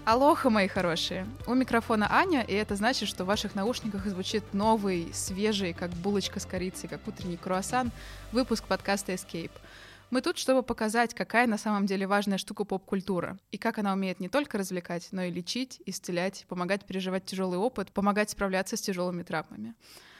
Алоха, мои хорошие! У микрофона Аня, и это значит, что в ваших наушниках звучит новый, свежий, как булочка с корицей, как утренний круассан, выпуск подкаста Escape. Мы тут, чтобы показать, какая на самом деле важная штука поп-культура, и как она умеет не только развлекать, но и лечить, исцелять, помогать переживать тяжелый опыт, помогать справляться с тяжелыми травмами.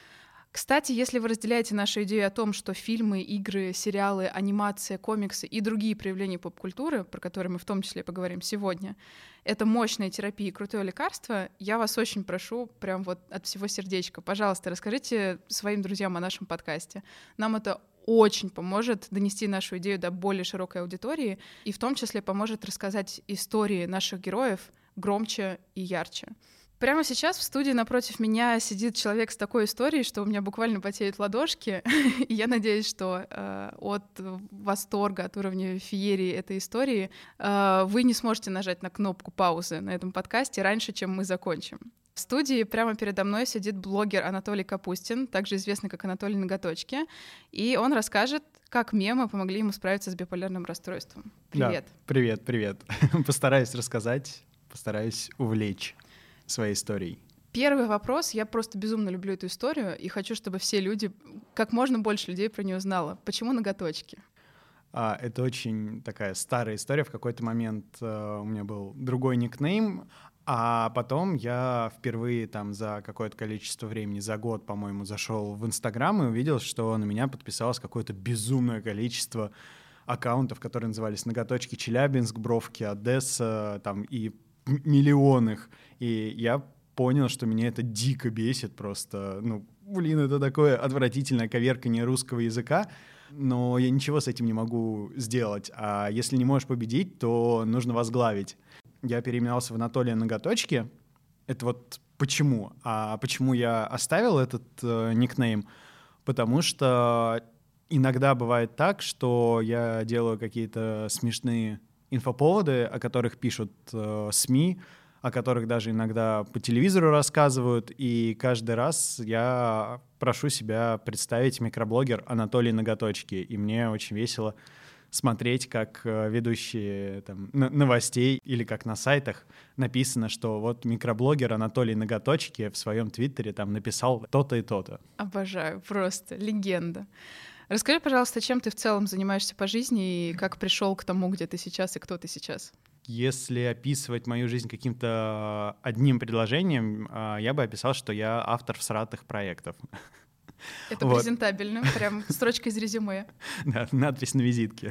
Кстати, если вы разделяете нашу идею о том, что фильмы, игры, сериалы, анимация, комиксы и другие проявления поп-культуры, про которые мы в том числе поговорим сегодня, это мощная терапия и крутое лекарство, я вас очень прошу, прям вот от всего сердечка, пожалуйста, расскажите своим друзьям о нашем подкасте. Нам это очень поможет донести нашу идею до более широкой аудитории и в том числе поможет рассказать истории наших героев громче и ярче. Прямо сейчас в студии напротив меня сидит человек с такой историей, что у меня буквально потеют ладошки, и я надеюсь, что от восторга, от уровня феерии этой истории вы не сможете нажать на кнопку паузы на этом подкасте раньше, чем мы закончим. В студии прямо передо мной сидит блогер Анатолий Капустин, также известный как Анатолий Ноготочки, и он расскажет, как мемы помогли ему справиться с биполярным расстройством. Привет. Да, привет. Постараюсь рассказать, постараюсь увлечь своей историей. Первый вопрос. Я просто безумно люблю эту историю и хочу, чтобы все люди, как можно больше людей про нее знало. Почему ноготочки? Это очень такая старая история. В какой-то момент у меня был другой никнейм, а потом я впервые там за какое-то количество времени, за год, по-моему, зашел в Инстаграм и увидел, что на меня подписалось какое-то безумное количество аккаунтов, которые назывались «Ноготочки Челябинск», «Бровки Одесса», там и миллион их. И я понял, что меня это дико бесит просто. Это такое отвратительное коверканье русского языка, но я ничего с этим не могу сделать. А если не можешь победить, то нужно возглавить. Я переименовался в Анатолия Ноготочки. Это вот почему. А почему я оставил этот никнейм? Потому что иногда бывает так, что я делаю какие-то смешные инфоповоды, о которых пишут СМИ, о которых даже иногда по телевизору рассказывают, и каждый раз я прошу себя представить микроблогер Анатолий Ноготочки, и мне очень весело смотреть, как ведущие там, новостей или как на сайтах написано, что вот микроблогер Анатолий Ноготочки в своем твиттере там написал то-то и то-то. Обожаю, просто легенда. Расскажи, пожалуйста, чем ты в целом занимаешься по жизни и как пришел к тому, где ты сейчас и кто ты сейчас? Если описывать мою жизнь каким-то одним предложением, я бы описал, что я автор всратых проектов. Это презентабельно, прям строчка из резюме. Да, надпись на визитке.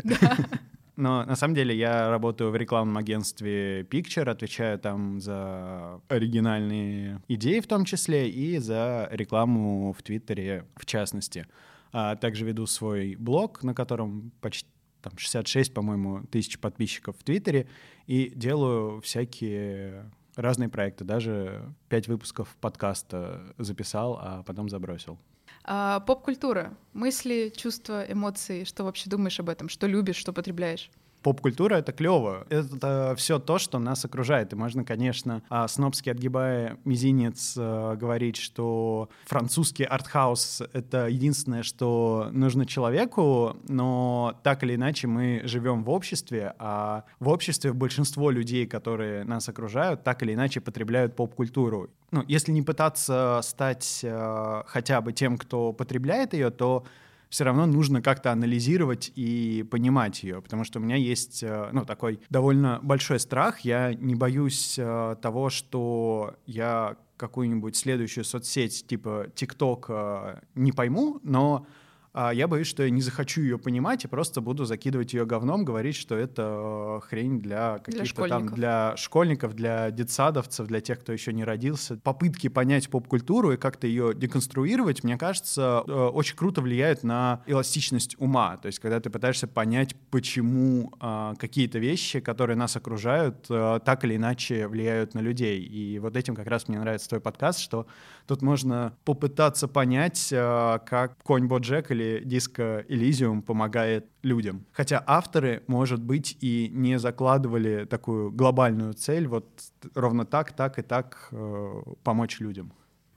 Но на самом деле я работаю в рекламном агентстве Picture, отвечаю там за оригинальные идеи в том числе и за рекламу в Твиттере в частности. Также веду свой блог, на котором почти 66, по-моему, тысяч подписчиков в Твиттере, и делаю всякие разные проекты. Даже 5 выпусков подкаста записал, а потом забросил. Поп-культура. Мысли, чувства, эмоции. Что вообще думаешь об этом? Что любишь, что потребляешь? Поп-культура — это клево. Это все то, что нас окружает. И можно, конечно, снобски отгибая мизинец, говорить, что французский артхаус — это единственное, что нужно человеку, но так или иначе мы живем в обществе, а в обществе большинство людей, которые нас окружают, так или иначе потребляют поп-культуру. Если не пытаться стать хотя бы тем, кто потребляет ее, то все равно нужно как-то анализировать и понимать ее, потому что у меня есть такой довольно большой страх. Я не боюсь того, что я какую-нибудь следующую соцсеть типа TikTok не пойму, но я боюсь, что я не захочу ее понимать и просто буду закидывать ее говном, говорить, что это хрень для каких-то там для школьников, для детсадовцев, для тех, кто еще не родился. Попытки понять поп-культуру и как-то ее деконструировать, мне кажется, очень круто влияют на эластичность ума. То есть, когда ты пытаешься понять, почему какие-то вещи, которые нас окружают, так или иначе влияют на людей. И вот этим как раз мне нравится твой подкаст, что тут можно попытаться понять, как конь Боджек или Disco Elysium помогает людям. Хотя авторы, может быть, и не закладывали такую глобальную цель вот ровно так и так помочь людям.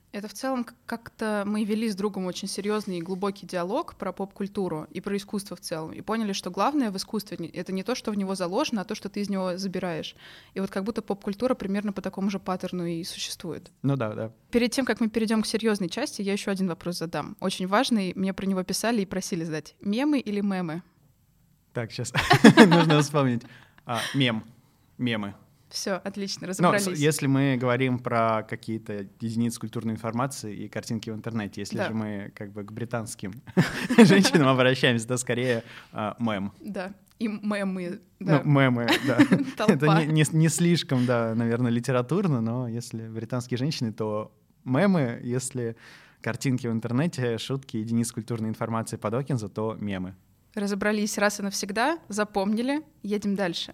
Это в целом как-то мы вели с другом очень серьезный и глубокий диалог про поп-культуру и про искусство в целом. И поняли, что главное в искусстве — это не то, что в него заложено, а то, что ты из него забираешь. И вот как будто поп-культура примерно по такому же паттерну и существует. Ну да. Перед тем, как мы перейдем к серьезной части, я еще один вопрос задам. Очень важный, мне про него писали и просили задать. Мемы или мемы? Так, сейчас нужно вспомнить. Мемы. Все, отлично, разобрались. Но если мы говорим про какие-то единицы культурной информации и картинки в интернете, если же мы как бы к британским женщинам обращаемся, то скорее мем. Да, и мемы, да. Ну, мемы, да. Это не слишком, да, наверное, литературно, но если британские женщины, то мемы, если картинки в интернете, шутки, единицы культурной информации по Докинзу, то мемы. Разобрались раз и навсегда, запомнили, едем дальше.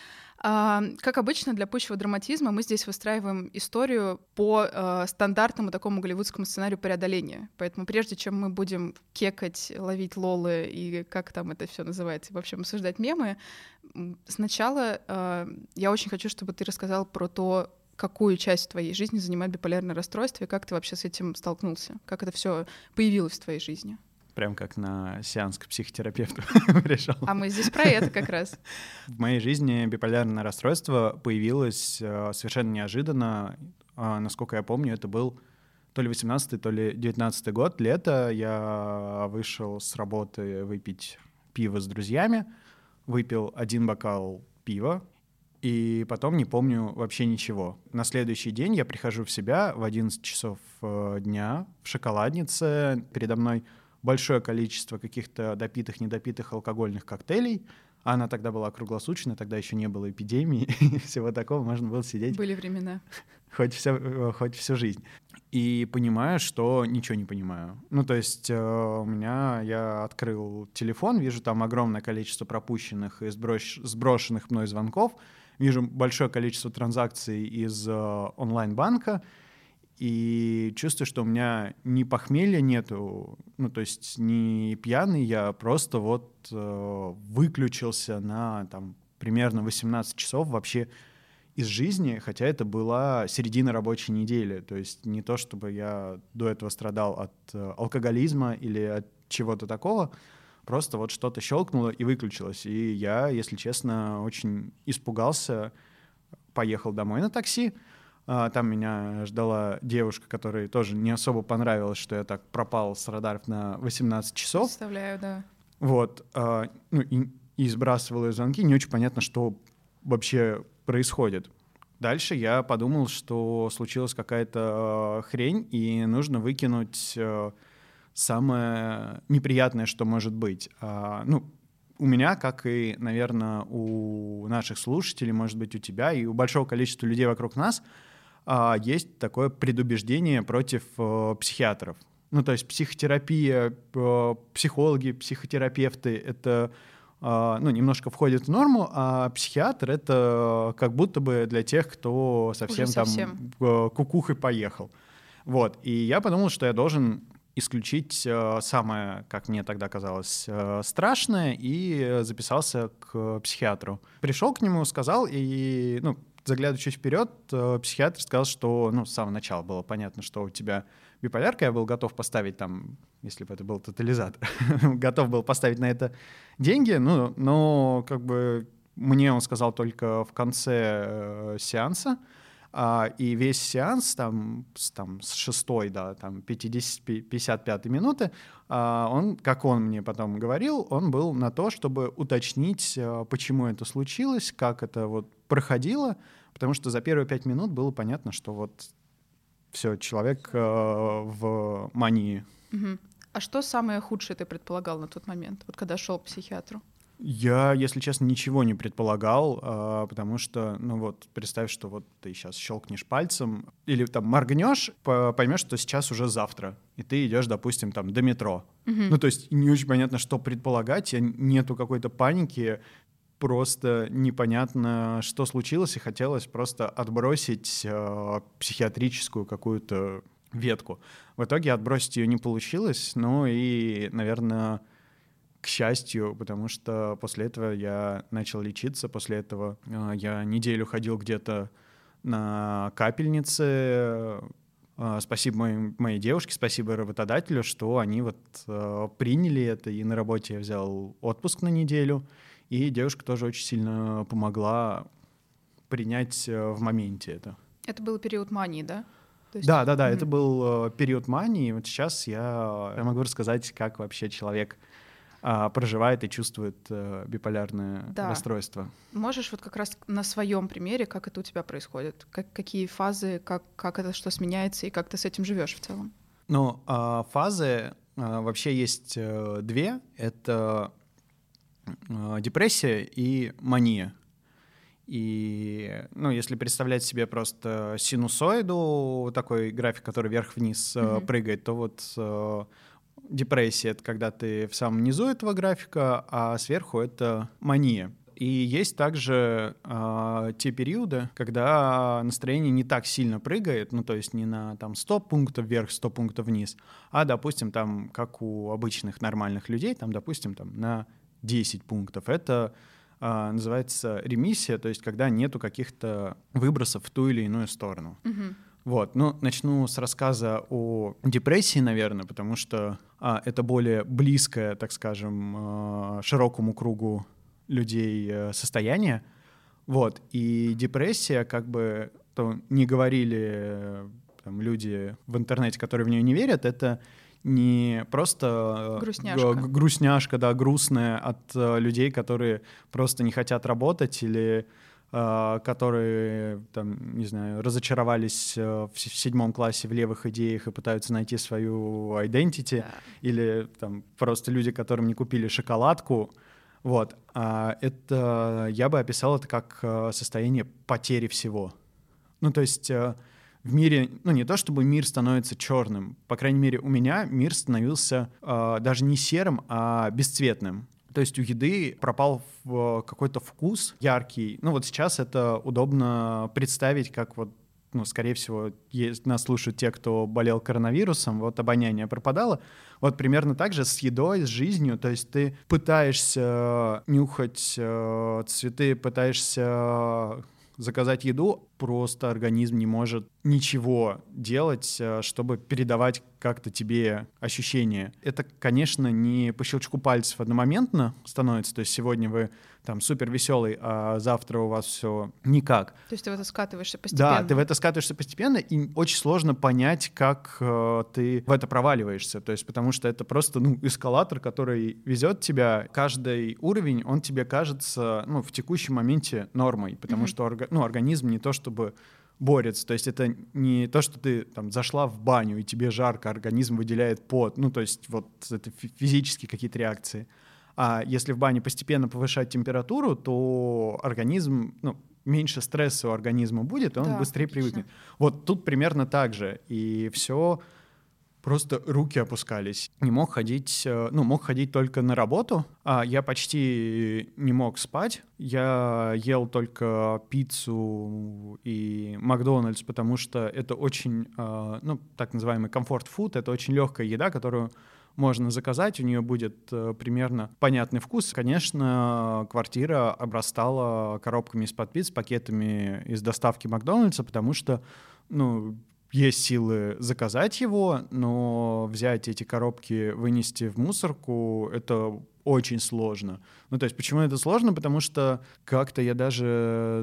Как обычно, для пущего драматизма мы здесь выстраиваем историю по стандартному такому голливудскому сценарию преодоления. Поэтому прежде чем мы будем кекать, ловить лолы и как там это все называется, в общем, обсуждать мемы, сначала я очень хочу, чтобы ты рассказал про то, какую часть твоей жизни занимает биполярное расстройство и как ты вообще с этим столкнулся, как это все появилось в твоей жизни. Прям как на сеанс к психотерапевту пришел. А мы здесь про это как раз. В моей жизни биполярное расстройство появилось совершенно неожиданно. Насколько я помню, это был то ли 18-й, то ли 19-й год, лето. Я вышел с работы выпить пиво с друзьями, выпил 1 бокал пива, и потом не помню вообще ничего. На следующий день я прихожу в себя в 11 часов дня в шоколаднице. Передо мной большое количество каких-то допитых, недопитых алкогольных коктейлей. Она тогда была круглосуточная, тогда еще не было эпидемии, и всего такого, можно было сидеть. Были времена. Хоть всю жизнь. И понимаю, что ничего не понимаю. Ну, то есть я открыл телефон, вижу там огромное количество пропущенных и сброшенных мной звонков, вижу большое количество транзакций из онлайн-банка, и чувствую, что у меня ни похмелья нету, ну, то есть не пьяный, я просто вот выключился на там примерно 18 часов вообще из жизни, хотя это была середина рабочей недели, то есть не то, чтобы я до этого страдал от алкоголизма или от чего-то такого, просто вот что-то щелкнуло и выключилось, и я, если честно, очень испугался, поехал домой на такси. Там меня ждала девушка, которой тоже не особо понравилось, что я так пропал с радаров на 18 часов. Представляю, да. Вот. И сбрасывал ее звонки. Не очень понятно, что вообще происходит. Дальше я подумал, что случилась какая-то хрень, и нужно выкинуть самое неприятное, что может быть. У меня, как и, наверное, у наших слушателей, может быть, у тебя и у большого количества людей вокруг нас, есть такое предубеждение против психиатров. Ну, то есть психотерапия, психологи, психотерапевты — это немножко входит в норму, а психиатр — это как будто бы для тех, кто совсем кукухой поехал. Вот. И я подумал, что я должен исключить самое, как мне тогда казалось, страшное, и записался к психиатру. Пришел к нему, сказал, и, заглядывая чуть вперед, психиатр сказал, что, с самого начала было понятно, что у тебя биполярка. Я был готов поставить там, если бы это был тотализатор, готов был поставить на это деньги, но как бы мне он сказал только в конце сеанса, и весь сеанс там с 6-й до 55-й минуты, он, как он мне потом говорил, он был на то, чтобы уточнить, почему это случилось, как это вот проходило, потому что за первые 5 минут было понятно, что вот все, человек в мании. Угу. А что самое худшее ты предполагал на тот момент, вот когда шел к психиатру? Я, если честно, ничего не предполагал, потому что, представь, что вот ты сейчас щелкнешь пальцем или там моргнешь, поймешь, что сейчас уже завтра, и ты идешь, допустим, там до метро. Угу. То есть не очень понятно, что предполагать, нету какой-то паники, просто непонятно, что случилось, и хотелось просто отбросить психиатрическую какую-то ветку. В итоге отбросить ее не получилось, и, наверное, к счастью, потому что после этого я начал лечиться, после этого я неделю ходил где-то на капельнице, спасибо моей девушке, спасибо работодателю, что они вот приняли это, и на работе я взял отпуск на неделю, и девушка тоже очень сильно помогла принять в моменте это. Это был период мании, да? Да, это был период мании. Вот сейчас я могу рассказать, как вообще человек проживает и чувствует биполярное расстройство. Можешь вот как раз на своем примере, как это у тебя происходит? Какие фазы, как это что сменяется и как ты с этим живешь в целом? Ну, фазы вообще есть две. Это депрессия и мания. И, если представлять себе просто синусоиду, такой график, который вверх-вниз прыгает, то вот депрессия — это когда ты в самом низу этого графика, а сверху — это мания. И есть также те периоды, когда настроение не так сильно прыгает, то есть не на 100 пунктов вверх, 100 пунктов вниз, а, допустим, там, как у обычных нормальных людей, там, допустим, на 10 пунктов. Это называется ремиссия, то есть когда нету каких-то выбросов в ту или иную сторону. Вот, начну с рассказа о депрессии, наверное, потому что это более близкое, так скажем, широкому кругу людей состояние. Вот, и депрессия, как бы то не говорили там люди в интернете, которые в нее не верят, это не просто грустняшка, да, грустная от людей, которые просто не хотят работать или которые, там, не знаю, разочаровались в 7 классе в левых идеях и пытаются найти свою identity, или там просто люди, которым не купили шоколадку. Вот. Это я бы описал это как состояние потери всего. То есть в мире, не то чтобы мир становится черным, по крайней мере, у меня мир становился даже не серым, а бесцветным. То есть у еды пропал какой-то вкус яркий. Вот сейчас это удобно представить, как вот, скорее всего, нас слушают те, кто болел коронавирусом, вот обоняние пропадало. Вот примерно так же с едой, с жизнью. То есть ты пытаешься нюхать цветы, пытаешься заказать еду, просто организм не может ничего делать, чтобы передавать как-то тебе ощущения. Это, конечно, не по щелчку пальцев одномоментно становится, то есть сегодня вы там супер веселый, а завтра у вас все никак. То есть ты в это скатываешься постепенно? Да, ты в это скатываешься постепенно, и очень сложно понять, как ты в это проваливаешься, то есть потому что это просто, эскалатор, который везет тебя, каждый уровень, он тебе кажется, в текущем моменте нормой, потому что организм не то чтобы борется, то есть это не то, что ты там зашла в баню и тебе жарко, организм выделяет пот, то есть вот это физические какие-то реакции. А если в бане постепенно повышать температуру, то организм, меньше стресса у организма будет, и он быстрее привыкнет. Вот тут примерно так же, и все. Просто руки опускались. Не мог ходить, мог ходить только на работу. Я почти не мог спать. Я ел только пиццу и Макдональдс, потому что это очень, так называемый комфорт-фуд, это очень легкая еда, которую можно заказать, у нее будет примерно понятный вкус. Конечно, квартира обрастала коробками из-под пиц, пакетами из доставки Макдональдса, потому что, есть силы заказать его, но взять эти коробки, вынести в мусорку — это очень сложно. То есть почему это сложно? Потому что как-то я даже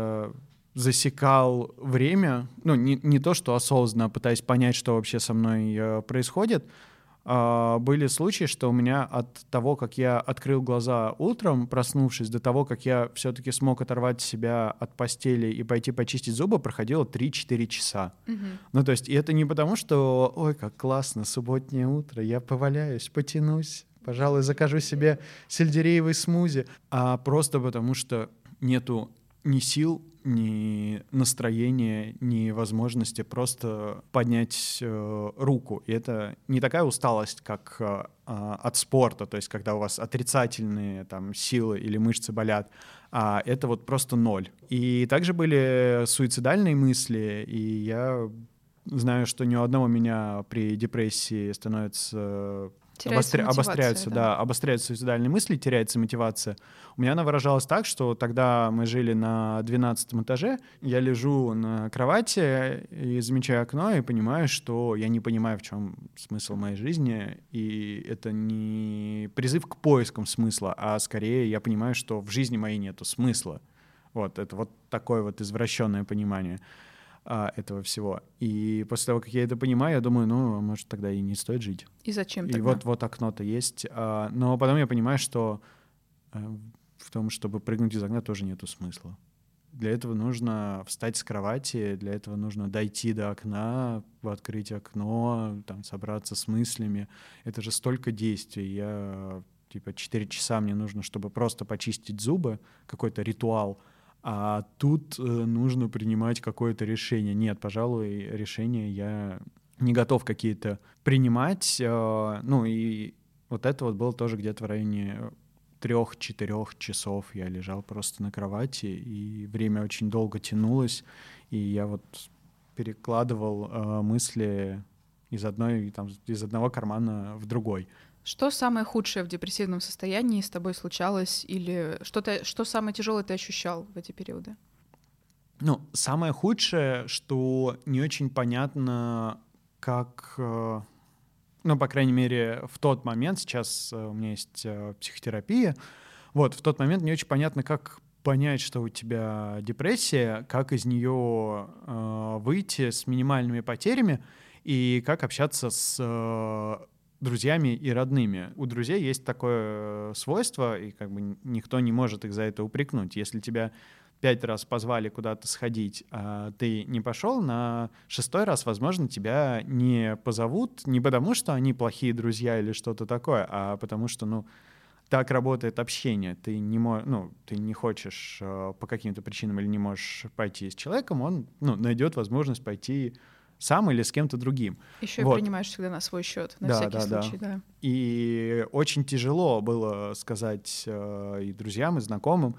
засекал время, не то, что осознанно, пытаясь понять, что вообще со мной происходит. Были случаи, что у меня от того, как я открыл глаза утром, проснувшись, до того, как я все-таки смог оторвать себя от постели и пойти почистить зубы, проходило 3-4 часа. То есть и это не потому, что «Ой, как классно, субботнее утро, я поваляюсь, потянусь, пожалуй, закажу себе сельдереевый смузи», а просто потому, что нету ни сил, ни настроения, ни возможности просто поднять руку. И это не такая усталость, как от спорта, то есть когда у вас отрицательные там силы или мышцы болят, а это вот просто ноль. И также были суицидальные мысли, и я знаю, что ни у одного меня при депрессии становится Теряется мотивация, обостряются суицидальные мысли, теряется мотивация. У меня она выражалась так, что тогда мы жили на 12 этаже, я лежу на кровати и замечаю окно и понимаю, что я не понимаю, в чем смысл моей жизни, и это не призыв к поискам смысла, а скорее я понимаю, что в жизни моей нету смысла. Вот, это вот такое вот извращенное понимание этого всего. И после того, как я это понимаю, я думаю, ну, может, тогда и не стоит жить. И зачем и тогда? Вот окно-то есть. Но потом я понимаю, что в том, чтобы прыгнуть из окна, тоже нету смысла. Для этого нужно встать с кровати, для этого нужно дойти до окна, открыть окно, там, собраться с мыслями. Это же столько действий. 4 часа мне нужно, чтобы просто почистить зубы, какой-то ритуал, а тут нужно принимать какое-то решение. Нет, пожалуй, решения я не готов какие-то принимать. Ну и вот это вот было тоже где-то в районе 3-4 часов. Я лежал просто на кровати, и время очень долго тянулось, и я вот перекладывал мысли из одного кармана в другой. Что самое худшее в депрессивном состоянии с тобой случалось, или что самое тяжелое ты ощущал в эти периоды? Ну, самое худшее, что не очень понятно, как, ну, по крайней мере, в тот момент, сейчас у меня есть психотерапия, вот, в тот момент не очень понятно, как понять, что у тебя депрессия, как из нее выйти с минимальными потерями и как общаться с друзьями и родными. У друзей есть такое свойство, и как бы никто не может их за это упрекнуть. Если тебя 5 раз позвали куда-то сходить, а ты не пошел, на 6-й раз, возможно, тебя не позовут не потому, что они плохие друзья или что-то такое, а потому что, ну, так работает общение. Ты не хочешь по каким-то причинам или не можешь пойти с человеком, он, найдет возможность пойти сам или с кем-то другим. Еще и принимаешь всегда на свой счет, на всякий случай, да. И очень тяжело было сказать и друзьям, и знакомым,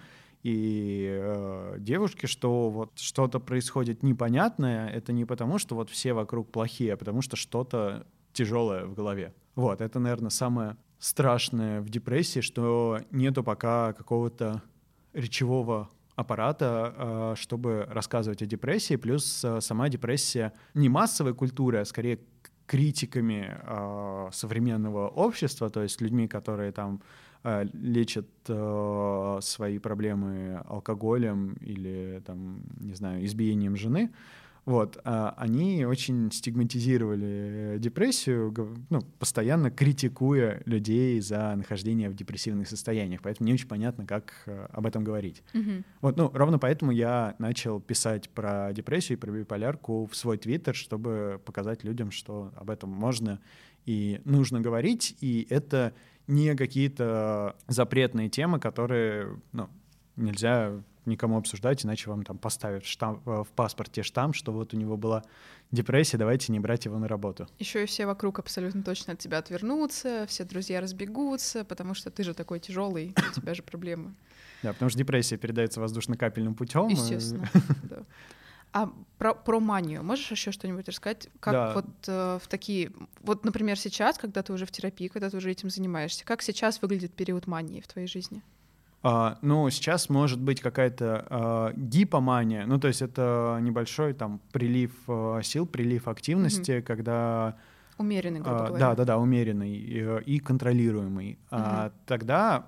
и девушке, что вот что-то происходит непонятное, это не потому, что вот все вокруг плохие, а потому что что-то тяжелое в голове. Вот, это, наверное, самое страшное в депрессии, что нету пока какого-то речевого аппарата, чтобы рассказывать о депрессии, плюс сама депрессия не массовой культуры, а скорее критиками современного общества, то есть людьми, которые там лечат свои проблемы алкоголем или, там, не знаю, избиением жены. Вот, они очень стигматизировали депрессию, постоянно критикуя людей за нахождение в депрессивных состояниях. Поэтому не очень понятно, как об этом говорить. Mm-hmm. Вот, ровно поэтому я начал писать про депрессию и про биполярку в свой твиттер, чтобы показать людям, что об этом можно и нужно говорить. И это не какие-то запретные темы, которые нельзя никому обсуждать, иначе вам там поставят в паспорте штамп, что вот у него была депрессия, давайте не брать его на работу. Еще и все вокруг абсолютно точно от тебя отвернутся, все друзья разбегутся, потому что ты же такой тяжелый, у тебя же проблемы. Да, потому что депрессия передается воздушно-капельным путем. Естественно, да. А про манию можешь еще что-нибудь рассказать? Как вот в такие... Вот, например, сейчас, когда ты уже в терапии, когда ты уже этим занимаешься, как сейчас выглядит период мании в твоей жизни? Сейчас может быть какая-то гипомания, то есть это небольшой там прилив сил, прилив активности, когда... Умеренный, грубо говоря. Да, умеренный и контролируемый. Тогда,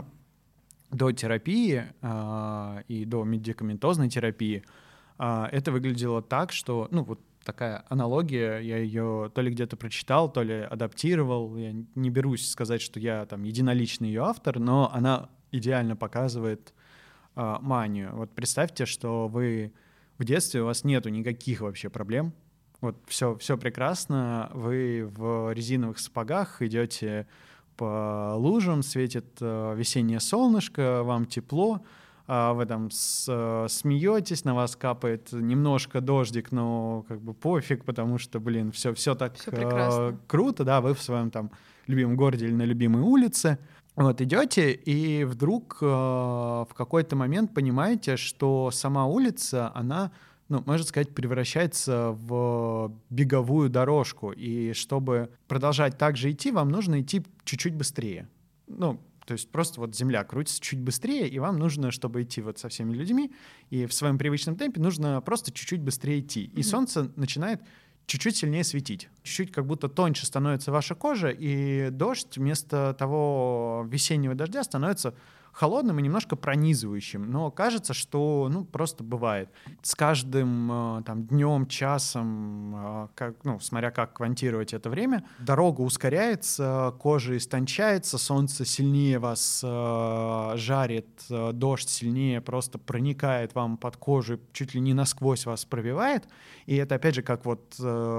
до терапии и до медикаментозной терапии это выглядело так, что, вот такая аналогия, я ее то ли где-то прочитал, то ли адаптировал, я не берусь сказать, что я там единоличный ее автор, но она идеально показывает манию. Вот представьте, что вы в детстве, у вас нету никаких вообще проблем, вот все прекрасно, вы в резиновых сапогах идете по лужам, светит весеннее солнышко, вам тепло, вы там смеетесь, на вас капает немножко дождик, но как бы пофиг, потому что, все так круто, да, вы в своем там любимом городе или на любимой улице. Вот идете, и вдруг в какой-то момент понимаете, что сама улица, она, можно сказать, превращается в беговую дорожку. И чтобы продолжать так же идти, вам нужно идти чуть-чуть быстрее. То есть просто вот Земля крутится чуть быстрее, и вам нужно, чтобы идти вот со всеми людьми, и в своем привычном темпе нужно просто чуть-чуть быстрее идти. И Солнце начинает чуть-чуть сильнее светить. Чуть-чуть как будто тоньше становится ваша кожа, и дождь вместо того весеннего дождя становится холодным и немножко пронизывающим. Но кажется, что просто бывает. С каждым днем, часом, смотря как квантировать это время, дорога ускоряется, кожа истончается, солнце сильнее вас жарит, дождь сильнее просто проникает вам под кожу, чуть ли не насквозь вас пробивает. И это, опять же, как вот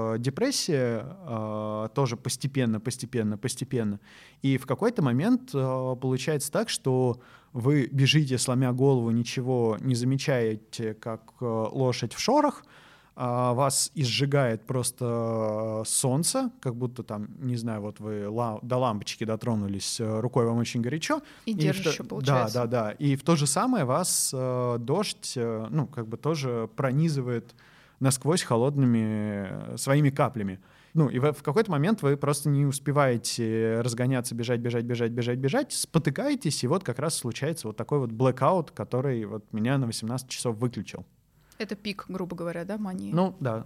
депрессия, тоже постепенно. И в какой-то момент получается так, что вы бежите, сломя голову, ничего не замечаете, как лошадь в шорах, вас изжигает просто солнце, как будто там, не знаю, вот вы до лампочки дотронулись, рукой вам очень горячо. И держишь еще, получается. Да. И в то же самое вас дождь, тоже пронизывает насквозь холодными своими каплями. И в какой-то момент вы просто не успеваете разгоняться, бежать, спотыкаетесь, и вот как раз случается вот такой вот блэкаут, который вот меня на 18 часов выключил. Это пик, грубо говоря, да, мании? Да.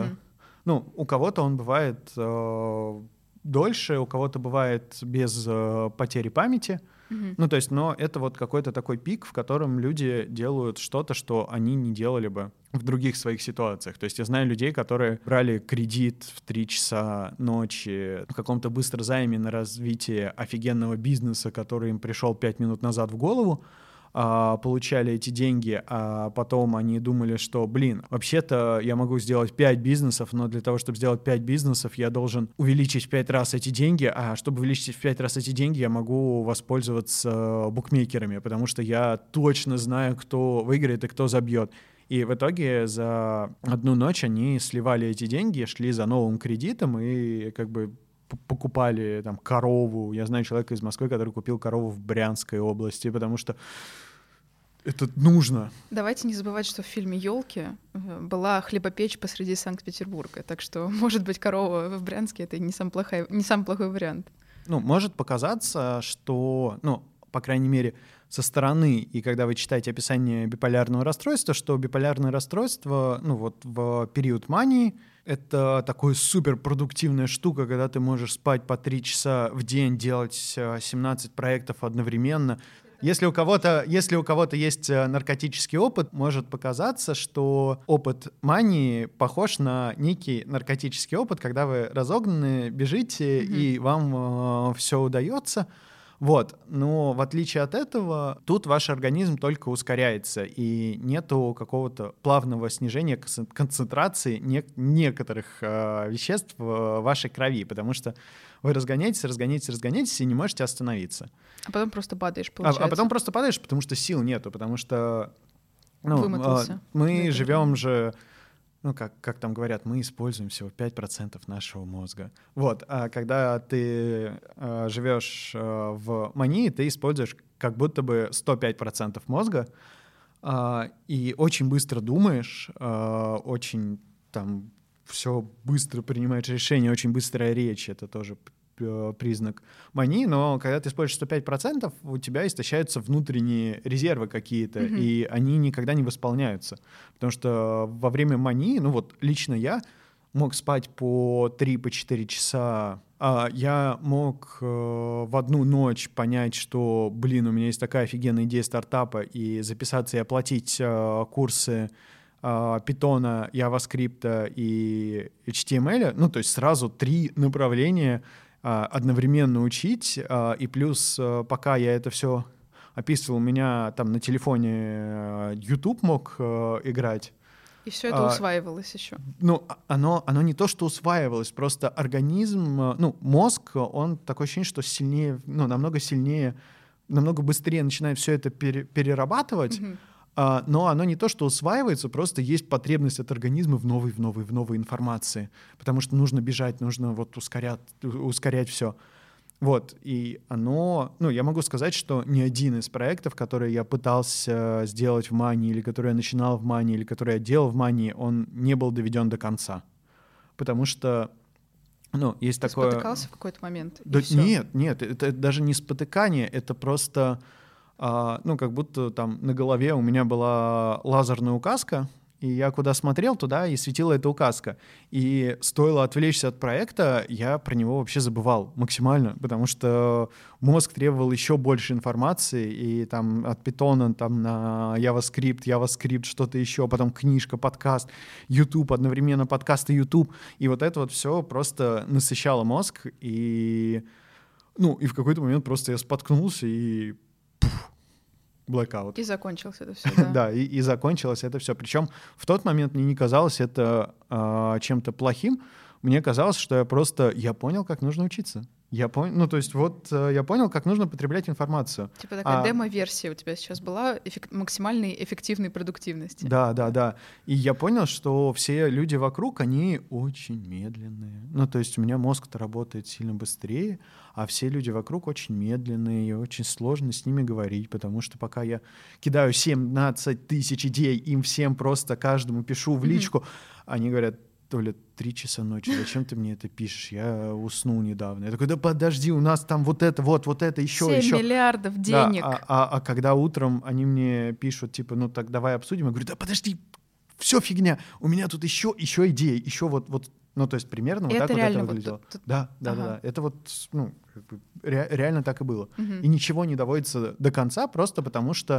У кого-то он бывает дольше, у кого-то бывает без потери памяти. Но это вот какой-то такой пик, в котором люди делают что-то, что они не делали бы в других своих ситуациях. То есть я знаю людей, которые брали кредит в 3 часа ночи в каком-то быстрозайме на развитие офигенного бизнеса, который им пришел 5 минут назад в голову, получали эти деньги, а потом они думали, что, вообще-то я могу сделать 5 бизнесов, но для того, чтобы сделать 5 бизнесов, я должен увеличить в 5 раз эти деньги, а чтобы увеличить в 5 раз эти деньги, я могу воспользоваться букмекерами, потому что я точно знаю, кто выиграет и кто забьет. И в итоге за одну ночь они сливали эти деньги, шли за новым кредитом и покупали там корову. Я знаю человека из Москвы, который купил корову в Брянской области, потому что это нужно. Давайте не забывать, что в фильме «Ёлки» была хлебопечь посреди Санкт-Петербурга, так что, может быть, корова в Брянске — это не самый плохой вариант. Может показаться, что, по крайней мере, со стороны, и когда вы читаете описание биполярного расстройства, что биполярное расстройство, в период мании — это такая суперпродуктивная штука, когда ты можешь спать по 3 часа в день, делать 17 проектов одновременно. Если у кого-то есть наркотический опыт, может показаться, что опыт мании похож на некий наркотический опыт, когда вы разогнаны, бежите, и вам все удается. Но в отличие от этого, тут ваш организм только ускоряется, и нету какого-то плавного снижения концентрации некоторых веществ в вашей крови, потому что вы разгоняетесь и не можете остановиться. А потом просто падаешь, получается. А потом просто падаешь, потому что сил нету, потому что вымотался. Мы живем же... как там говорят, мы используем всего 5% нашего мозга. А когда ты живешь в мании, ты используешь как будто бы 105% мозга и очень быстро думаешь, очень там все быстро принимаешь решения, очень быстрая речь — это тоже признак мании, но когда ты используешь 105%, у тебя истощаются внутренние резервы какие-то, и они никогда не восполняются. Потому что во время мании, лично я мог спать по 3-4 часа, а я мог в одну ночь понять, что, у меня есть такая офигенная идея стартапа, и записаться и оплатить курсы Python, JavaScript и HTML, то есть сразу 3 направления одновременно учить, и плюс, пока я это все описывал, у меня там на телефоне YouTube мог играть. И все это усваивалось еще. Оно не то, что усваивалось, просто организм, мозг, он такое ощущение, что сильнее, намного сильнее, намного быстрее начинает все это перерабатывать, но оно не то, что усваивается, просто есть потребность от организма в новой информации, потому что нужно бежать, нужно ускорять все. Вот, и оно, я могу сказать, что ни один из проектов, которые я пытался сделать в Мании, или которые я начинал в Мании, или которые я делал в Мании, он не был доведен до конца. Потому что, есть Ты такое... спотыкался в какой-то момент? Да нет, это даже не спотыкание, это просто, как будто там на голове у меня была лазерная указка, и я куда смотрел, туда и светила эта указка. И стоило отвлечься от проекта, я про него вообще забывал максимально, потому что мозг требовал еще больше информации, и там от Python там на JavaScript, что-то еще, потом книжка, подкаст, YouTube, одновременно подкаст и YouTube. И вот это вот все просто насыщало мозг, и в какой-то момент просто я споткнулся и blackout. И закончилось это все, да. Да, и закончилось это все. Причем в тот момент мне не казалось это чем-то плохим. Мне казалось, что я понял, как нужно учиться. Я понял, я понял, как нужно потреблять информацию. Типа такая демо-версия у тебя сейчас была максимальной эффективной продуктивности. Да. И я понял, что все люди вокруг, они очень медленные. У меня мозг-то работает сильно быстрее, а все люди вокруг очень медленные, и очень сложно с ними говорить, потому что пока я кидаю 17 тысяч идей, им всем просто каждому пишу в личку, они говорят: Толя, 3 часа ночи, зачем ты мне это пишешь? Я уснул недавно. Я такой: да подожди, у нас там вот это, еще. 7 миллиардов денег. Да, а когда утром они мне пишут, типа, так давай обсудим, я говорю: да подожди, все фигня, у меня тут еще идеи, еще вот, примерно вот так вот это выглядело. Да. Это реально так и было. И ничего не доводится до конца, просто потому что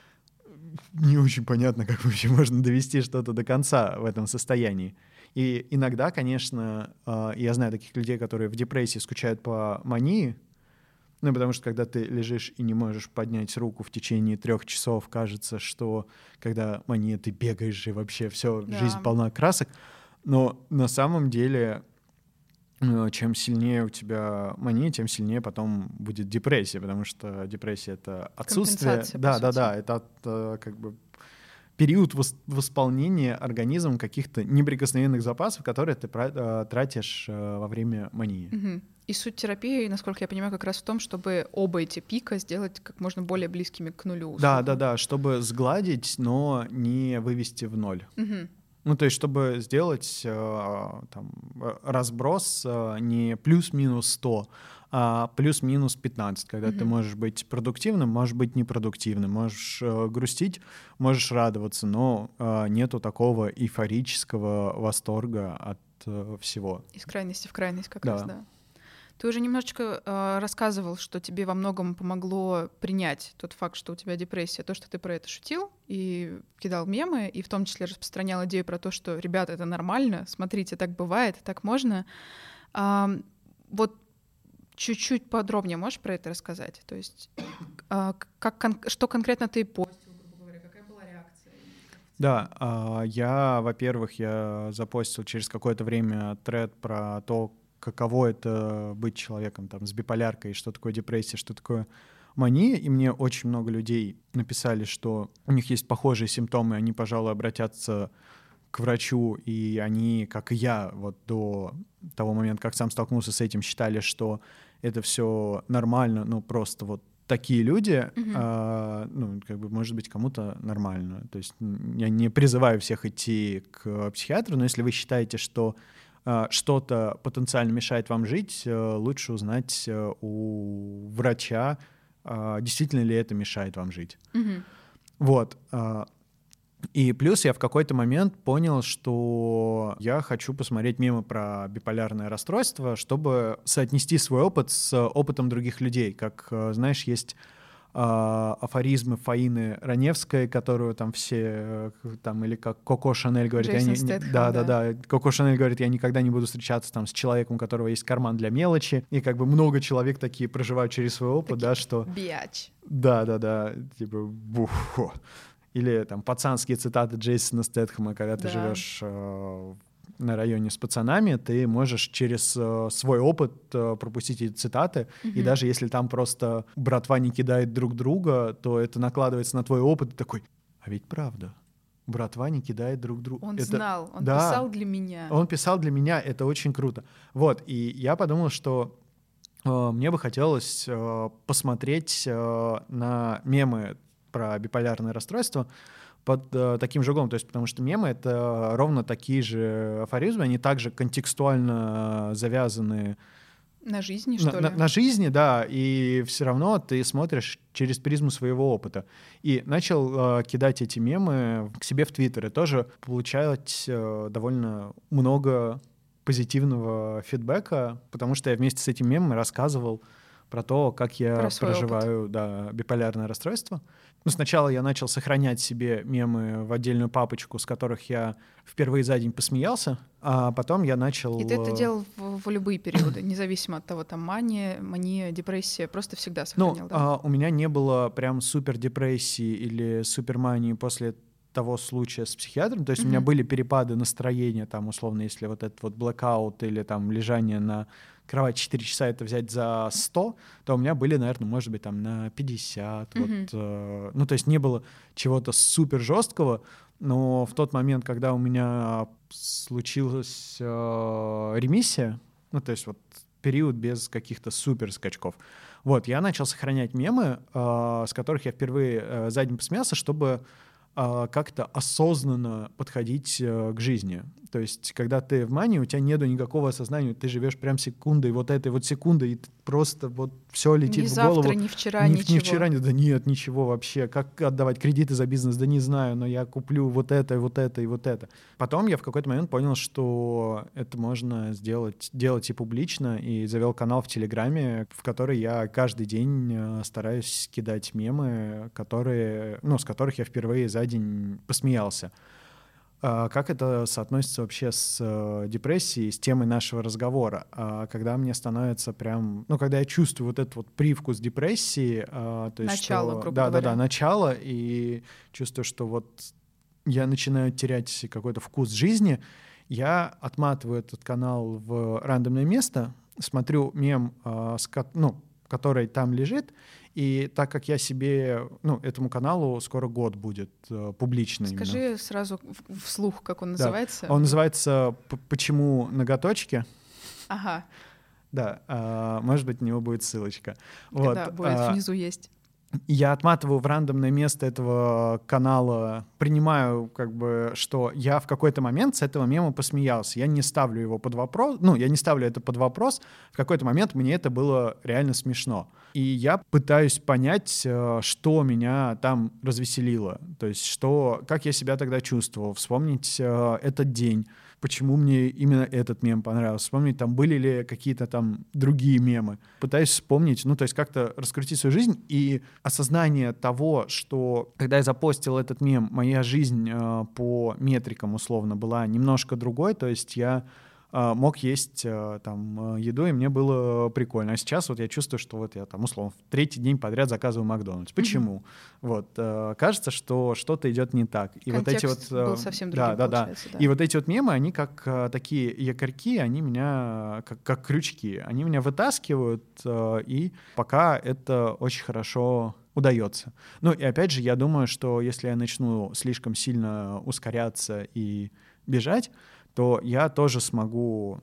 не очень понятно, как вообще можно довести что-то до конца в этом состоянии. И иногда, конечно, я знаю таких людей, которые в депрессии скучают по мании, потому что когда ты лежишь и не можешь поднять руку в течение 3 часов, кажется, что когда мания, ты бегаешь, и вообще все, жизнь полна красок. Но на самом деле, чем сильнее у тебя мания, тем сильнее потом будет депрессия, потому что депрессия — это отсутствие... Да, это период восполнения организмом каких-то неприкосновенных запасов, которые ты тратишь во время мании. Угу. И суть терапии, насколько я понимаю, как раз в том, чтобы оба эти пика сделать как можно более близкими к нулю. Да, чтобы сгладить, но не вывести в ноль. Угу. Чтобы сделать разброс не плюс-минус 100, а плюс-минус 15, когда ты можешь быть продуктивным, можешь быть непродуктивным, можешь грустить, можешь радоваться, но нету такого эйфорического восторга от всего. Из крайности в крайность как раз, да. Ты уже немножечко рассказывал, что тебе во многом помогло принять тот факт, что у тебя депрессия, то, что ты про это шутил и кидал мемы, и в том числе распространял идею про то, что, ребята, это нормально, смотрите, так бывает, так можно. Вот чуть-чуть подробнее можешь про это рассказать? То есть что конкретно ты постил, грубо говоря, какая была реакция? Да, я запостил через какое-то время тред про то, каково это быть человеком с биполяркой, что такое депрессия, что такое мания. И мне очень много людей написали, что у них есть похожие симптомы, они, пожалуй, обратятся к врачу, и они, как и я, вот до того момента, как сам столкнулся с этим, считали, что это все нормально, просто вот такие люди, может быть, кому-то нормально. То есть я не призываю всех идти к психиатру, но если вы считаете, что что-то потенциально мешает вам жить, лучше узнать у врача, действительно ли это мешает вам жить. Вот. И плюс я в какой-то момент понял, что я хочу посмотреть мемы про биполярное расстройство, чтобы соотнести свой опыт с опытом других людей. Как, знаешь, есть афоризмы Фаины Раневской, которую там все, или как Коко Шанель говорит... Коко Шанель говорит: я никогда не буду встречаться с человеком, у которого есть карман для мелочи. И много человек такие проживают через свой опыт, такие, что... Биач. Да, типа... Или пацанские цитаты Джейсона Стэтхэма, когда ты живешь на районе с пацанами, ты можешь через свой опыт пропустить эти цитаты, и даже если там просто братва не кидает друг друга, то это накладывается на твой опыт, и такой: а ведь правда, братва не кидает друг друга. Он знал, он писал для меня. Он писал для меня, это очень круто. Вот, и я подумал, что мне бы хотелось посмотреть на мемы про биполярное расстройство под таким же углом, то есть потому что мемы — это ровно такие же афоризмы, они также контекстуально завязаны на жизни, что ли? На жизни, да, и все равно ты смотришь через призму своего опыта. И начал кидать эти мемы к себе в Твиттер, и тоже получать довольно много позитивного фидбэка, потому что я вместе с этим мемом рассказывал про то, как я проживаю биполярное расстройство. Ну, сначала я начал сохранять себе мемы в отдельную папочку, с которых я впервые за день посмеялся, а потом я начал... И ты это делал в любые периоды, независимо от того, там, мания, депрессия, просто всегда сохранял, да? У меня не было прям супер депрессии или супермании после того случая с психиатром, то есть у меня были перепады настроения, там, условно, если вот этот вот блэкаут или там лежание на кровать 4 часа это взять за 100, то у меня были, наверное, может быть, там на 50. Ну, то есть не было чего-то супер жесткого, но в тот момент, когда у меня случилась ремиссия, ну, то есть вот период без каких-то супер скачков, вот, я начал сохранять мемы, с которых я впервые за день посмеялся, чтобы как-то осознанно подходить к жизни. То есть, когда ты в мании, у тебя нету никакого осознания, ты живешь прям секундой, вот этой вот секундой, и просто вот все летит в голову. Ни завтра, ни вчера, ничего. Ни вчера, да нет, ничего вообще. Как отдавать кредиты за бизнес, да не знаю, но я куплю вот это, вот это и вот это. Потом я в какой-то момент понял, что это можно делать и публично, и завел канал в Телеграме, в который я каждый день стараюсь кидать мемы, с которых я впервые за день посмеялся. Как это соотносится вообще с депрессией, с темой нашего разговора? Когда мне становится прям... Ну, когда я чувствую вот этот вот привкус депрессии... То есть начало, грубо говоря. Да, начало, и чувствую, что вот я начинаю терять какой-то вкус жизни, я отматываю этот канал в рандомное место, смотрю мем, который там лежит, и так как я себе, этому каналу скоро год будет публично. Скажи именно. Сразу вслух, как он называется. Он называется «Почему ноготочки?». Ага. Да, может быть, на него будет ссылочка. Да, будет внизу есть. Я отматываю в рандомное место этого канала, принимаю, что я в какой-то момент с этого мема посмеялся. Я не ставлю его под вопрос, я не ставлю это под вопрос. В какой-то момент мне это было реально смешно. И я пытаюсь понять, что меня там развеселило. То есть, как я себя тогда чувствовал, вспомнить этот день, почему мне именно этот мем понравился, вспомнить, там были ли какие-то там другие мемы. Пытаюсь вспомнить, то есть как-то раскрутить свою жизнь, и осознание того, что когда я запостил этот мем, моя жизнь по метрикам условно была немножко другой, то есть я мог есть еду, и мне было прикольно. А сейчас вот я чувствую, что вот я там, условно, в 3-й день подряд заказываю Макдональдс. Почему? Вот. Кажется, что что-то идет не так. И контекст был совсем другим, получается. Да. И вот эти вот мемы, они как такие якорьки, они меня, как крючки, они меня вытаскивают, и пока это очень хорошо удается. И опять же, я думаю, что если я начну слишком сильно ускоряться и бежать, то я тоже смогу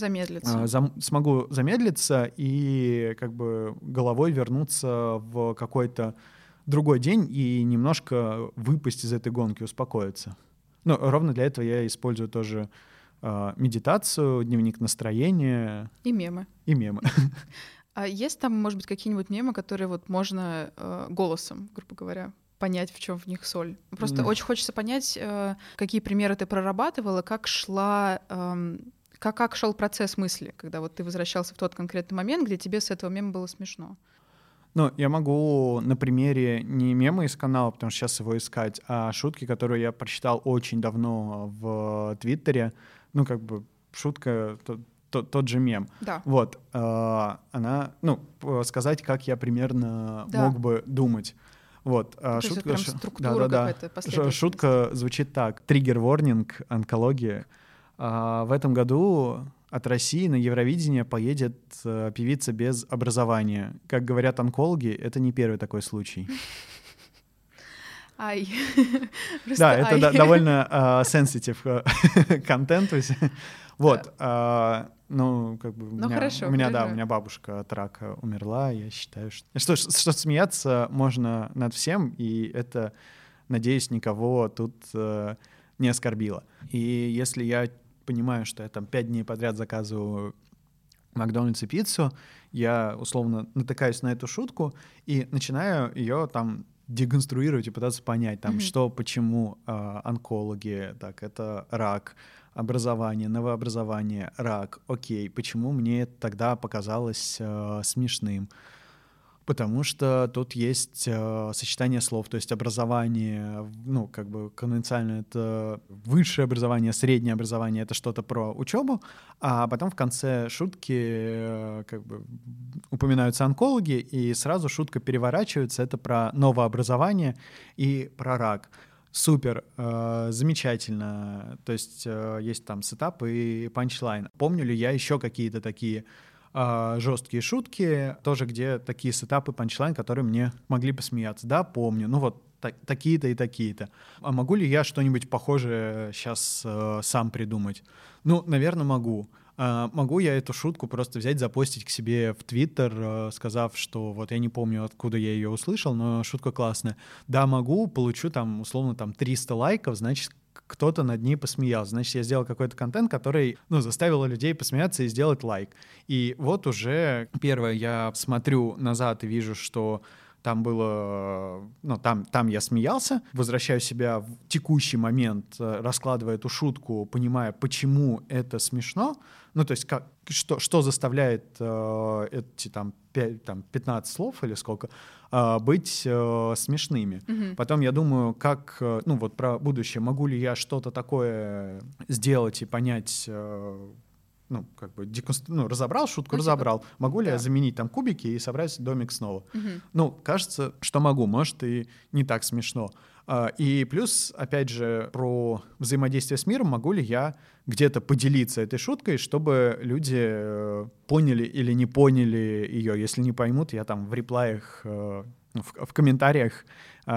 замедлиться и головой вернуться в какой-то другой день и немножко выпасть из этой гонки, успокоиться. Ровно для этого я использую тоже медитацию, дневник настроения. И мемы. А есть там, может быть, какие-нибудь мемы, которые вот можно голосом, грубо говоря, понять, в чем в них соль? Просто очень хочется понять, какие примеры ты прорабатывала, как шел процесс мысли, когда вот ты возвращался в тот конкретный момент, где тебе с этого мема было смешно. Я могу на примере не мема из канала, потому что сейчас его искать, а шутки, которые я прочитал очень давно в Твиттере. Шутка тот же мем. Да. Вот. Она, сказать, как я примерно мог бы думать. Вот. Шутка, структура какая-то последовательность. Шутка звучит так. Триггер-ворнинг, онкология. В этом году от России на Евровидение поедет певица без образования. Как говорят онкологи, это не первый такой случай. Ай. Да, это довольно sensitive контент. Вот. Ну, как бы у меня бабушка от рака умерла. Я считаю, что смеяться можно над всем, и это, надеюсь, никого тут не оскорбило. И если я понимаю, что я там 5 дней подряд заказываю в Макдональдсе пиццу, я условно натыкаюсь на эту шутку и начинаю ее там деконструировать и пытаться понять, там, что, почему онкологи, так, это рак, образование, новообразование, рак, окей, почему мне это тогда показалось смешным? Потому что тут есть сочетание слов, то есть образование, ну, как бы конвенциально это высшее образование, среднее образование, это что-то про учебу, а потом в конце шутки как бы упоминаются онкологи, и сразу шутка переворачивается, это про новообразование и про рак. Супер, замечательно, то есть есть там сетап и панчлайн. Помню ли я еще какие-то такие жесткие шутки, тоже где такие сетапы, панчлайн, которые мне могли посмеяться. Да, помню, ну вот такие-то и такие-то. А могу ли я что-нибудь похожее сейчас сам придумать? Ну, наверное, могу. Могу я эту шутку просто взять, запостить к себе в Твиттер, сказав, что вот я не помню, откуда я ее услышал, но шутка классная. Да, могу, получу там условно там 300 лайков, значит, кто-то над ней посмеялся. Значит, я сделал какой-то контент, который, ну, заставил людей посмеяться и сделать лайк. И вот уже первое, я смотрю назад и вижу, что там было, ну, там я смеялся, возвращаю себя в текущий момент, раскладывая эту шутку, понимая, почему это смешно, ну, то есть что заставляет эти там 15 слов или сколько быть смешными. Потом я думаю, как, ну, вот про будущее, могу ли я что-то такое сделать и понять, ну, как бы разобрал шутку, разобрал. Могу ли я заменить там кубики и собрать домик снова? Ну, кажется, что могу, может, и не так смешно. И плюс, опять же, про взаимодействие с миром, могу ли я где-то поделиться этой шуткой, чтобы люди поняли или не поняли ее. Если не поймут, я там в реплаях, в комментариях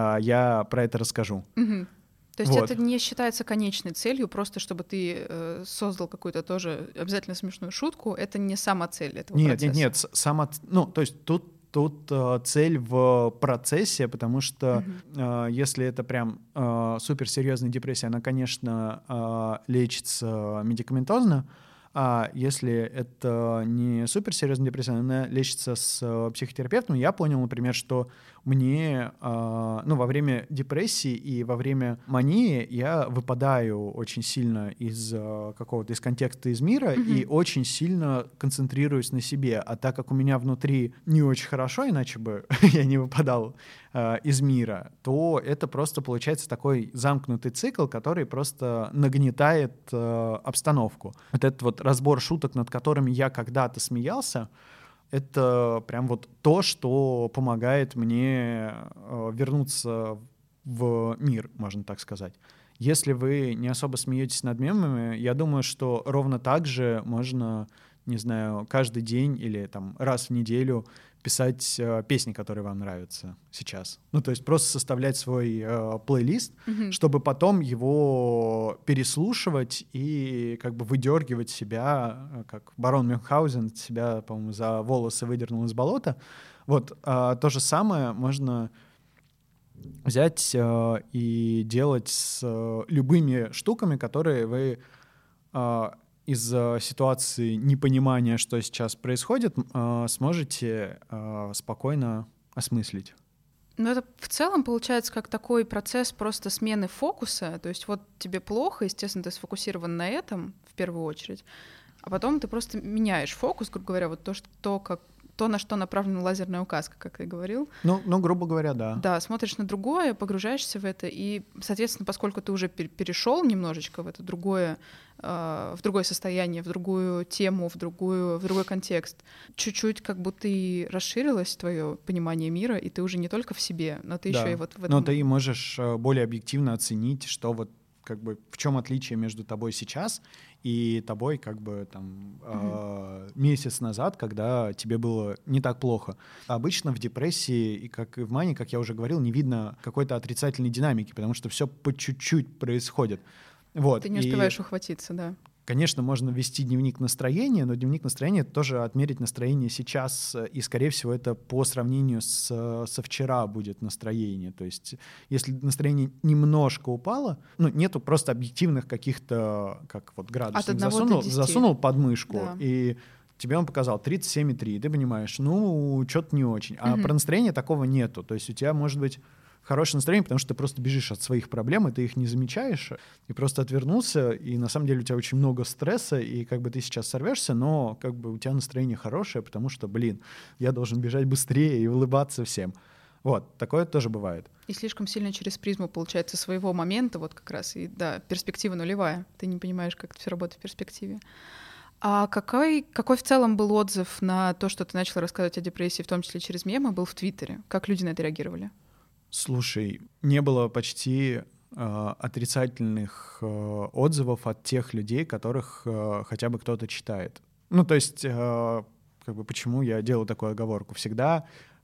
я про это расскажу. То есть это не считается конечной целью, просто чтобы ты создал какую-то тоже обязательно смешную шутку, это не сама цель этого процесса. Нет, ну, то есть тут цель в процессе, потому что если это прям суперсерьезная депрессия, она, конечно, лечится медикаментозно, а если это не суперсерьезная депрессия, она лечится с психотерапевтом. Я понял, например, что мне во время депрессии и во время мании я выпадаю очень сильно из контекста, из мира и очень сильно концентрируюсь на себе. А так как у меня внутри не очень хорошо, иначе бы я не выпадал из мира, то это просто получается такой замкнутый цикл, который просто нагнетает обстановку. Вот этот вот разбор шуток, над которыми я когда-то смеялся, это прям вот то, что помогает мне вернуться в мир, можно так сказать. Если вы не особо смеетесь над мемами, я думаю, что ровно так же можно, не знаю, каждый день или там раз в неделю писать песни, которые вам нравятся сейчас. Ну, то есть просто составлять свой плейлист, чтобы потом его переслушивать и как бы выдергивать себя, как барон Мюнхгаузен себя, по-моему, за волосы выдернул из болота. Вот то же самое можно взять и делать с любыми штуками, которые вы из-за ситуации непонимания, что сейчас происходит, сможете спокойно осмыслить. Ну, это в целом получается как такой процесс просто смены фокуса. То есть вот тебе плохо, естественно, ты сфокусирован на этом в первую очередь, а потом ты просто меняешь фокус, грубо говоря, вот то, на что направлена лазерная указка, как ты говорил. Ну, грубо говоря, да. Да, смотришь на другое, погружаешься в это, и, соответственно, поскольку ты уже перешел немножечко в это другое состояние, в другую тему, в другой контекст, чуть-чуть как будто и расширилось твое понимание мира, и ты уже не только в себе, но ты еще и вот в этом... Но ты можешь более объективно оценить, что вот как бы в чем отличие между тобой сейчас и тобой как бы там месяц назад, когда тебе было не так плохо. Обычно в депрессии и как и в мании, как я уже говорил, не видно какой-то отрицательной динамики, потому что все по чуть-чуть происходит. Вот. Ты не успеваешь ухватиться, да. Конечно, можно вести дневник настроения, но дневник настроения — это тоже отмерить настроение сейчас, и, скорее всего, это по сравнению со вчера будет настроение. То есть если настроение немножко упало, ну, нету просто объективных каких-то, как вот градусник, засунул под мышку, да. И тебе он показал 37,3, и ты понимаешь, ну, что-то не очень. А про настроение такого нету. То есть у тебя может быть хорошее настроение, потому что ты просто бежишь от своих проблем, и ты их не замечаешь, и просто отвернулся, и на самом деле у тебя очень много стресса, и как бы ты сейчас сорвешься, но как бы у тебя настроение хорошее, потому что, я должен бежать быстрее и улыбаться всем. Вот, такое тоже бывает. И слишком сильно через призму, получается, своего момента, вот как раз, и да, перспектива нулевая. Ты не понимаешь, как это все работает в перспективе. А какой в целом был отзыв на то, что ты начала рассказывать о депрессии, в том числе через мемы, был в Твиттере? Как люди на это реагировали? Слушай, не было почти отрицательных отзывов от тех людей, которых хотя бы кто-то читает. Ну, то есть, как бы почему я делаю такую оговорку? Всегда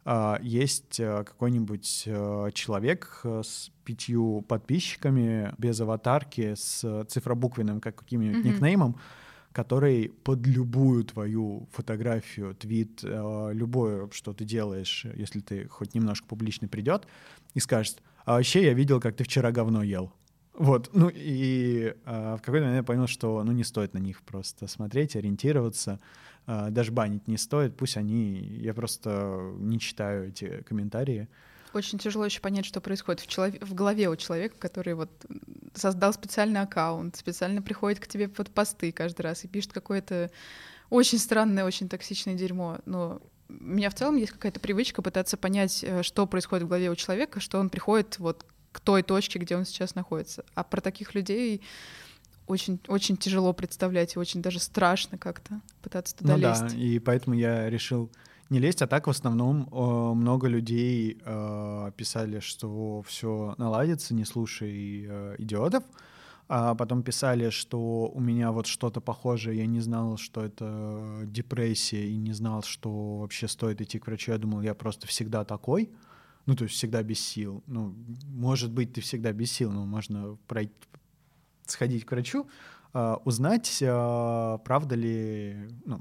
есть какой-нибудь человек с 5 подписчиками, без аватарки, с цифробуквенным каким-нибудь никнеймом, который под любую твою фотографию, твит, любое, что ты делаешь, если ты хоть немножко публичный, придет и скажет: а вообще я видел, как ты вчера говно ел. Вот, ну и в какой-то момент я понял, что не стоит на них просто смотреть, ориентироваться, даже банить не стоит, пусть я просто не читаю эти комментарии. Очень тяжело еще понять, что происходит в голове у человека, который вот создал специальный аккаунт, специально приходит к тебе под посты каждый раз и пишет какое-то очень странное, очень токсичное дерьмо. Но у меня в целом есть какая-то привычка пытаться понять, что происходит в голове у человека, что он приходит вот к той точке, где он сейчас находится. А про таких людей очень, очень тяжело представлять, и очень даже страшно как-то пытаться туда лезть. Да, и поэтому я решил не лезть, а так в основном много людей писали, что все наладится, не слушай идиотов, а потом писали, что у меня вот что-то похожее, я не знал, что это депрессия, и не знал, что вообще стоит идти к врачу, я думал, я просто всегда такой, ну, то есть всегда без сил. Ну, может быть, ты всегда без сил, но можно сходить к врачу, узнать, правда ли,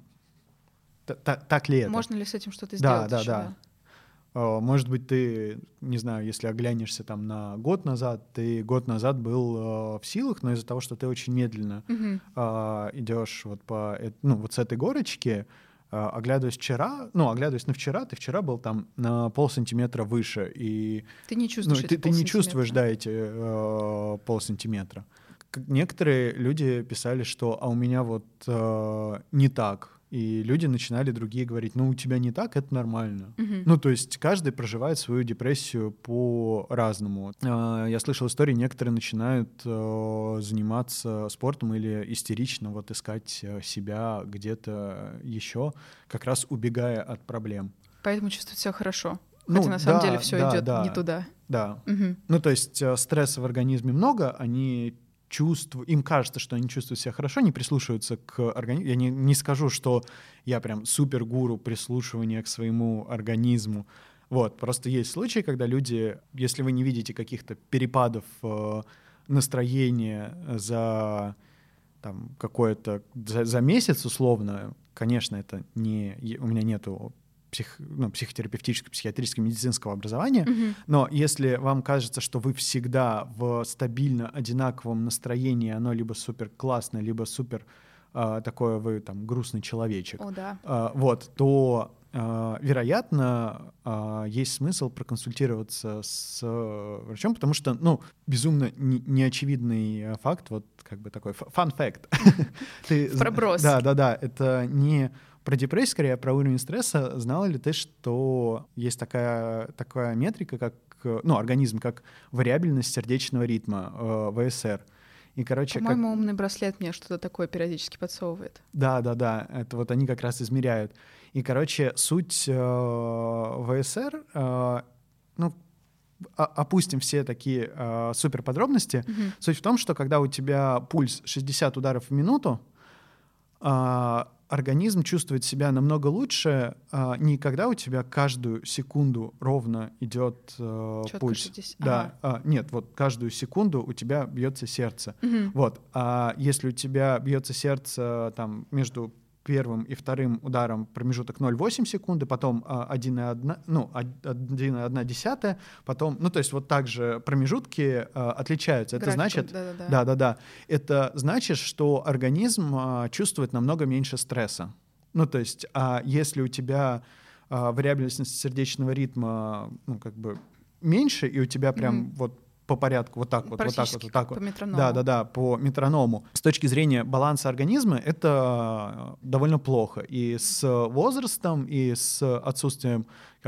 так ли это? Можно ли с этим что-то сделать? Да. Может быть, ты, не знаю, если оглянешься там на год назад, ты год назад был в силах, но из-за того, что ты очень медленно идешь вот вот с этой горочки, оглядываясь на вчера, ты вчера был там на полсантиметра выше, и ты не чувствуешь ты не чувствуешь, да, эти полсантиметра. Некоторые люди писали, что у меня вот не так. И люди начинали другие говорить: у тебя не так, это нормально. Ну, то есть каждый проживает свою депрессию по-разному. Я слышал истории, некоторые начинают заниматься спортом или истерично вот искать себя где-то еще, как раз убегая от проблем. Поэтому чувствуют себя хорошо. Хотя на самом деле все идет не туда. Да. Ну, то есть стресса в организме много, им кажется, что они чувствуют себя хорошо, не прислушиваются к организму. Я не скажу, что я прям супергуру прислушивания к своему организму. Вот, просто есть случаи, когда люди, если вы не видите каких-то перепадов настроения за месяц условно, конечно, это у меня нету психотерапевтического, психиатрического, медицинского образования, но если вам кажется, что вы всегда в стабильно одинаковом настроении, оно либо супер классное, либо супер такое вы там грустный человечек, то вероятно, есть смысл проконсультироваться с врачом, потому что, безумно неочевидный факт, вот как бы такой fun-fact. Проброс. Да, это не про депрессию, скорее, а про уровень стресса. Знала ли ты, что есть такая метрика, как организм, как вариабельность сердечного ритма, ВСР? И, по-моему, умный браслет мне что-то такое периодически подсовывает. Да, это вот они как раз измеряют. И, суть ВСР, опустим все такие супер подробности. Суть в том, что когда у тебя пульс 60 ударов в минуту, организм чувствует себя намного лучше, не когда у тебя каждую секунду ровно идет пульс. 60. Да, нет, вот каждую секунду у тебя бьется сердце. Вот. А если у тебя бьется сердце там между первым и вторым ударом промежуток 0,8 секунды, потом 1,1, потом, то есть вот так же промежутки отличаются. Это значит, да, это значит, что организм чувствует намного меньше стресса. То есть, если у тебя вариабельность сердечного ритма, меньше, и у тебя прям вот по порядку, вот так вот. По метроному. Да, по метроному. С точки зрения баланса организма это довольно плохо. И с возрастом, и с отсутствием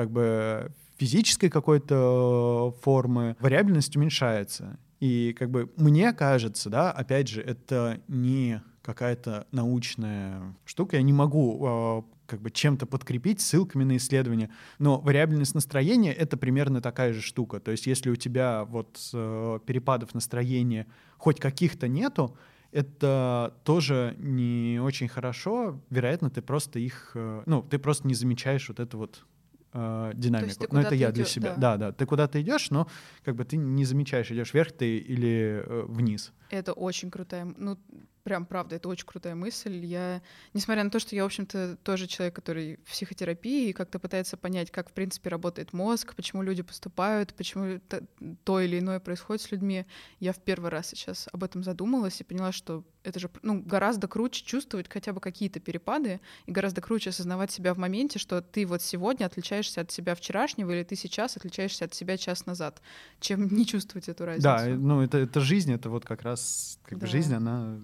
физической какой-то формы вариабельность уменьшается. И мне кажется, да, опять же, это не какая-то научная штука. Я не могу чем-то подкрепить ссылками на исследования. Но вариабельность настроения — это примерно такая же штука. То есть если у тебя перепадов настроения хоть каких-то нету, это тоже не очень хорошо. Вероятно, ты просто ты просто не замечаешь вот эту вот динамику. Но это я для себя. Да, ты куда-то идешь, но ты не замечаешь, идешь вверх ты или вниз. Это очень крутая, прям правда, это очень крутая мысль. Я, несмотря на то, что я, в общем-то, тоже человек, который в психотерапии и как-то пытается понять, как, в принципе, работает мозг, почему люди поступают, почему то или иное происходит с людьми, я в первый раз сейчас об этом задумалась и поняла, что это же гораздо круче чувствовать хотя бы какие-то перепады и гораздо круче осознавать себя в моменте, что ты вот сегодня отличаешься от себя вчерашнего или ты сейчас отличаешься от себя час назад, чем не чувствовать эту разницу. Да, это жизнь, это вот как раз жизнь, она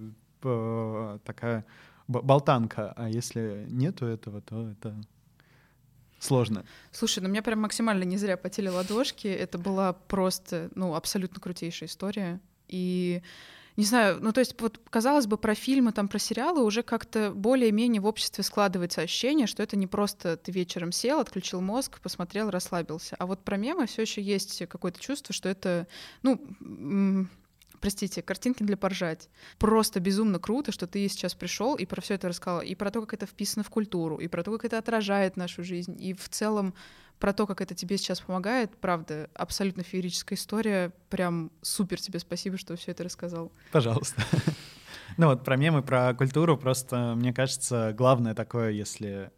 такая болтанка, а если нету этого, то это сложно. Слушай, у меня прям максимально не зря потели ладошки, это была просто, абсолютно крутейшая история, и не знаю, то есть вот, казалось бы, про фильмы, про сериалы уже как-то более-менее в обществе складывается ощущение, что это не просто ты вечером сел, отключил мозг, посмотрел, расслабился, а вот про мемы все еще есть какое-то чувство, что это, простите, картинки для поржать. Просто безумно круто, что ты сейчас пришел и про все это рассказал, и про то, как это вписано в культуру, и про то, как это отражает нашу жизнь, и в целом про то, как это тебе сейчас помогает. Правда, абсолютно феерическая история. Прям супер тебе спасибо, что все это рассказал. Пожалуйста. Про мемы, про культуру просто, мне кажется, главное такое, если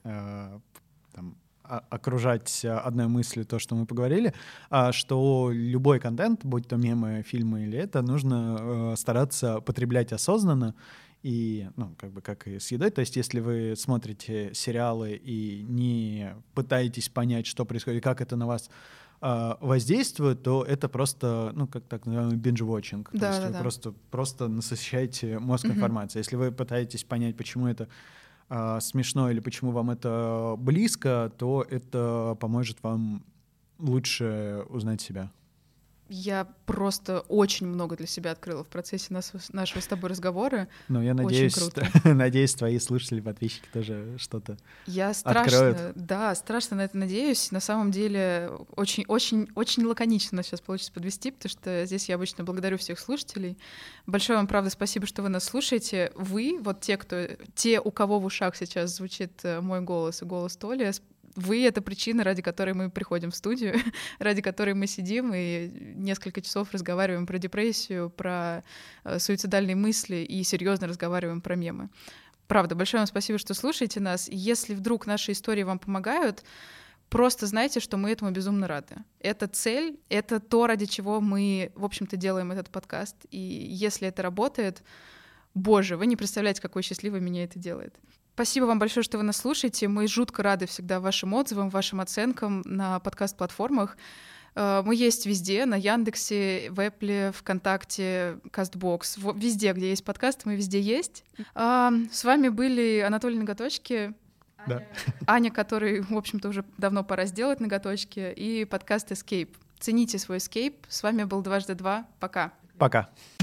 окружать одной мыслью то, что мы поговорили, что любой контент, будь то мемы, фильмы или это, нужно стараться потреблять осознанно и, как и с едой. То есть если вы смотрите сериалы и не пытаетесь понять, что происходит, как это на вас воздействует, то это просто, как так называемый binge-watching. То есть вы просто насыщаете мозг информацией. Если вы пытаетесь понять, почему это смешно или почему вам это близко, то это поможет вам лучше узнать себя. Я просто очень много для себя открыла в процессе нашего с тобой разговора. Я надеюсь, твои слушатели, подписчики тоже что-то откроют. Страшно на это надеюсь. На самом деле очень лаконично нас сейчас получится подвести, потому что здесь я обычно благодарю всех слушателей. Большое вам, правда, спасибо, что вы нас слушаете. Вы, вот те, у кого в ушах сейчас звучит мой голос и голос Толи, вы — это причина, ради которой мы приходим в студию, ради которой мы сидим и несколько часов разговариваем про депрессию, про суицидальные мысли и серьезно разговариваем про мемы. Правда, большое вам спасибо, что слушаете нас. Если вдруг наши истории вам помогают, просто знайте, что мы этому безумно рады. Это цель, это то, ради чего мы, в общем-то, делаем этот подкаст. И если это работает, боже, вы не представляете, какой счастливой меня это делает. Спасибо вам большое, что вы нас слушаете. Мы жутко рады всегда вашим отзывам, вашим оценкам на подкаст-платформах. Мы есть везде, на Яндексе, в Apple, ВКонтакте, Кастбокс. Везде, где есть подкасты, мы везде есть. С вами были Анатолий Ноготочки, Аня, который, в общем-то, уже давно пора сделать ноготочки, и подкаст Escape. Цените свой Escape. С вами был 2x2. Пока. Пока.